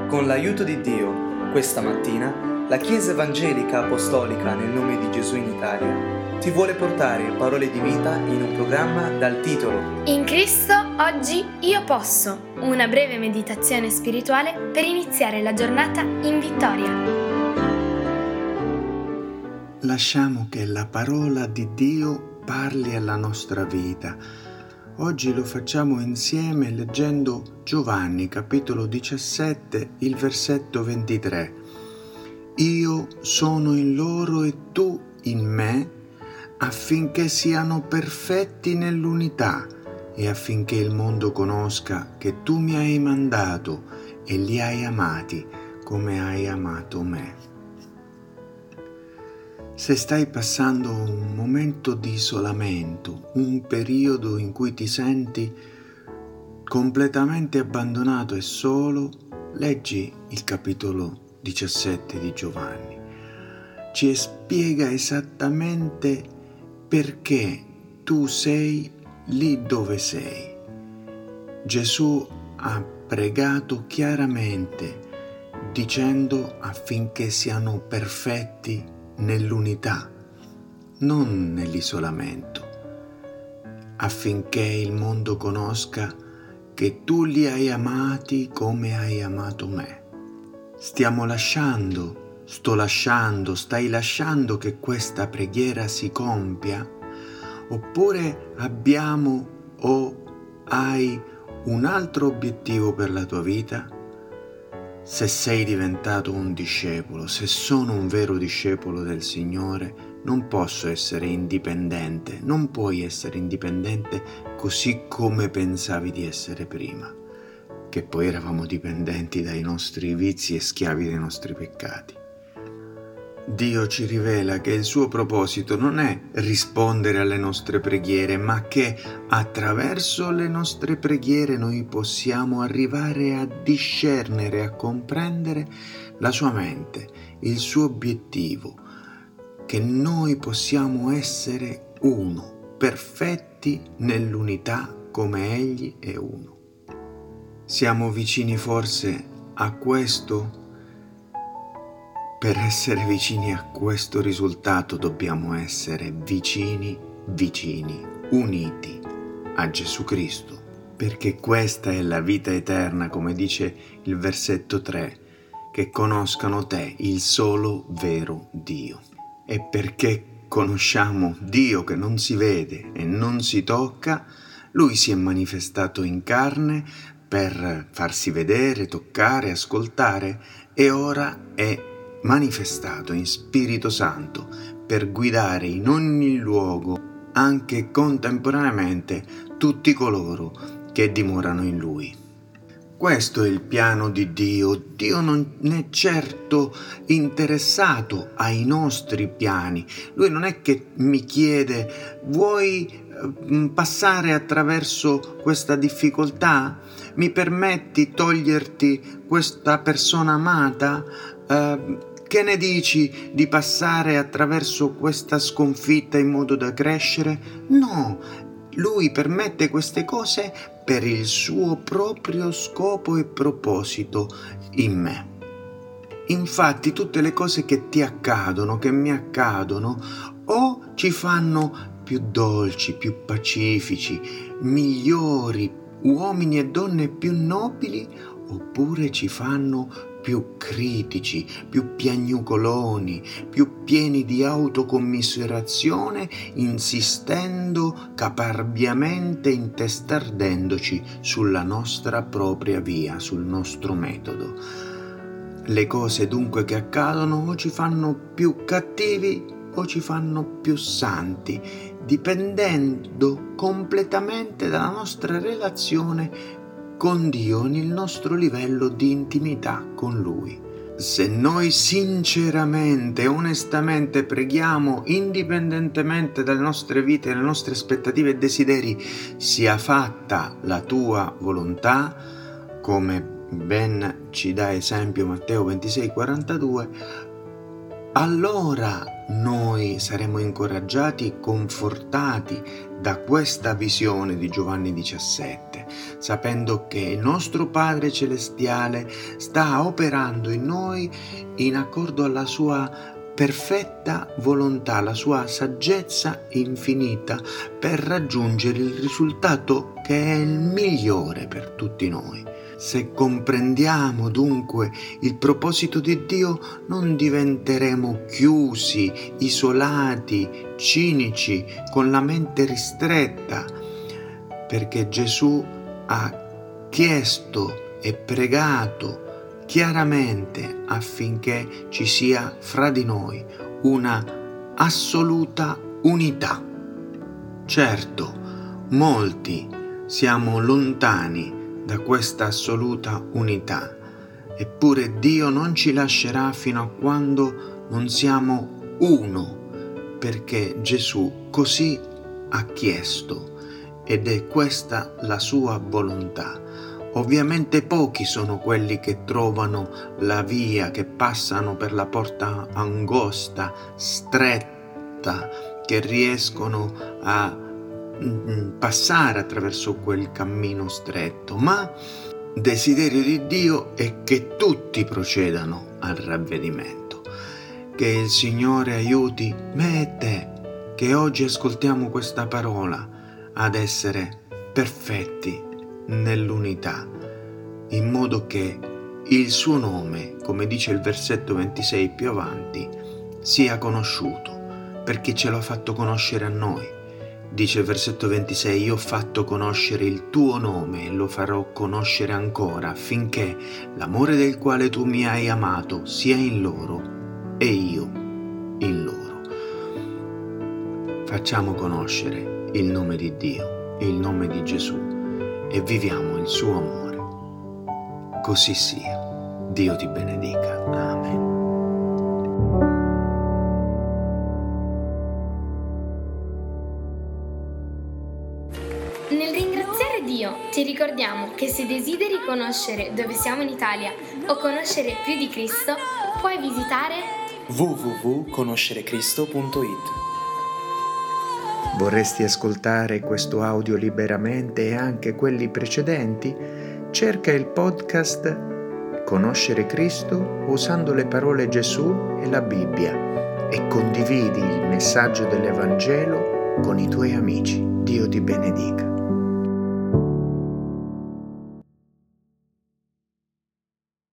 Con l'aiuto di Dio, questa mattina, la Chiesa Evangelica Apostolica nel nome di Gesù in Italia ti vuole portare parole di vita in un programma dal titolo In Cristo oggi io posso, una breve meditazione spirituale per iniziare la giornata in vittoria. Lasciamo che la parola di Dio parli alla nostra vita. Oggi lo facciamo insieme leggendo Giovanni, capitolo 17, il versetto 23. Io sono in loro e tu in me, affinché siano perfetti nell'unità e affinché il mondo conosca che tu mi hai mandato e li hai amati come hai amato me. Se stai passando un momento di isolamento, un periodo in cui ti senti completamente abbandonato e solo, leggi il capitolo 17 di Giovanni. Ci spiega esattamente perché tu sei lì dove sei. Gesù ha pregato chiaramente dicendo affinché siano perfetti nell'unità, non nell'isolamento, affinché il mondo conosca che tu li hai amati come hai amato me. Stai lasciando che questa preghiera si compia? Oppure abbiamo o hai un altro obiettivo per la tua vita? Se sei diventato un discepolo, se sono un vero discepolo del Signore, non posso essere indipendente, non puoi essere indipendente così come pensavi di essere prima, che poi eravamo dipendenti dai nostri vizi e schiavi dei nostri peccati. Dio ci rivela che il suo proposito non è rispondere alle nostre preghiere, ma che attraverso le nostre preghiere noi possiamo arrivare a discernere, a comprendere la sua mente, il suo obiettivo, che noi possiamo essere uno, perfetti nell'unità come Egli è uno. Siamo vicini forse a questo? Per essere vicini a questo risultato dobbiamo essere vicini, uniti a Gesù Cristo, perché questa è la vita eterna, come dice il versetto 3, che conoscano te, il solo vero Dio. E perché conosciamo Dio che non si vede e non si tocca, Lui si è manifestato in carne per farsi vedere, toccare, ascoltare e ora è manifestato in Spirito Santo per guidare in ogni luogo, anche contemporaneamente, tutti coloro che dimorano in Lui. Questo è il piano di Dio. Dio non è certo interessato ai nostri piani. Lui non è che mi chiede: vuoi passare attraverso questa difficoltà? Mi permetti toglierti questa persona amata? Che ne dici di passare attraverso questa sconfitta in modo da crescere? No, Lui permette queste cose per il suo proprio scopo e proposito in me. Infatti tutte le cose che ti accadono, che mi accadono, o ci fanno più dolci, più pacifici, migliori, uomini e donne più nobili, oppure ci fanno più critici, più piagnucoloni, più pieni di autocommiserazione, insistendo caparbiamente, intestardendoci sulla nostra propria via, sul nostro metodo. Le cose dunque che accadono o ci fanno più cattivi o ci fanno più santi, dipendendo completamente dalla nostra relazione con Dio, nel nostro livello di intimità con Lui. Se noi sinceramente, onestamente preghiamo, indipendentemente dalle nostre vite, dalle nostre aspettative e desideri, sia fatta la tua volontà, come ben ci dà esempio Matteo 26,42, allora noi saremo incoraggiati e confortati da questa visione di Giovanni 17. sapendo che il nostro Padre Celestiale sta operando in noi in accordo alla sua perfetta volontà, la sua saggezza infinita per raggiungere il risultato che è il migliore per tutti noi. Se comprendiamo dunque il proposito di Dio, non diventeremo chiusi, isolati, cinici, con la mente ristretta, perché Gesù ha chiesto e pregato chiaramente affinché ci sia fra di noi una assoluta unità. Certo, molti siamo lontani da questa assoluta unità, eppure Dio non ci lascerà fino a quando non siamo uno, perché Gesù così ha chiesto ed è questa la sua volontà. Ovviamente pochi sono quelli che trovano la via, che passano per la porta angosta, stretta, che riescono a passare attraverso quel cammino stretto, ma desiderio di Dio è che tutti procedano al ravvedimento. Che il Signore aiuti me e te, che oggi ascoltiamo questa parola, ad essere perfetti nell'unità, in modo che il suo nome, come dice il versetto 26 più avanti, sia conosciuto, perché ce l'ha fatto conoscere a noi. Dice il versetto 26: io ho fatto conoscere il tuo nome e lo farò conoscere ancora, affinché l'amore del quale tu mi hai amato sia in loro e io in loro. Facciamo conoscere il nome di Dio e il nome di Gesù e viviamo il suo amore. Così sia. Dio ti benedica. Amen. Nel ringraziare Dio ti ricordiamo che se desideri conoscere dove siamo in Italia o conoscere più di Cristo, puoi visitare www.conoscerecristo.it. Vorresti ascoltare questo audio liberamente e anche quelli precedenti? Cerca il podcast Conoscere Cristo usando le parole Gesù e la Bibbia e condividi il messaggio dell'Evangelo con i tuoi amici. Dio ti benedica.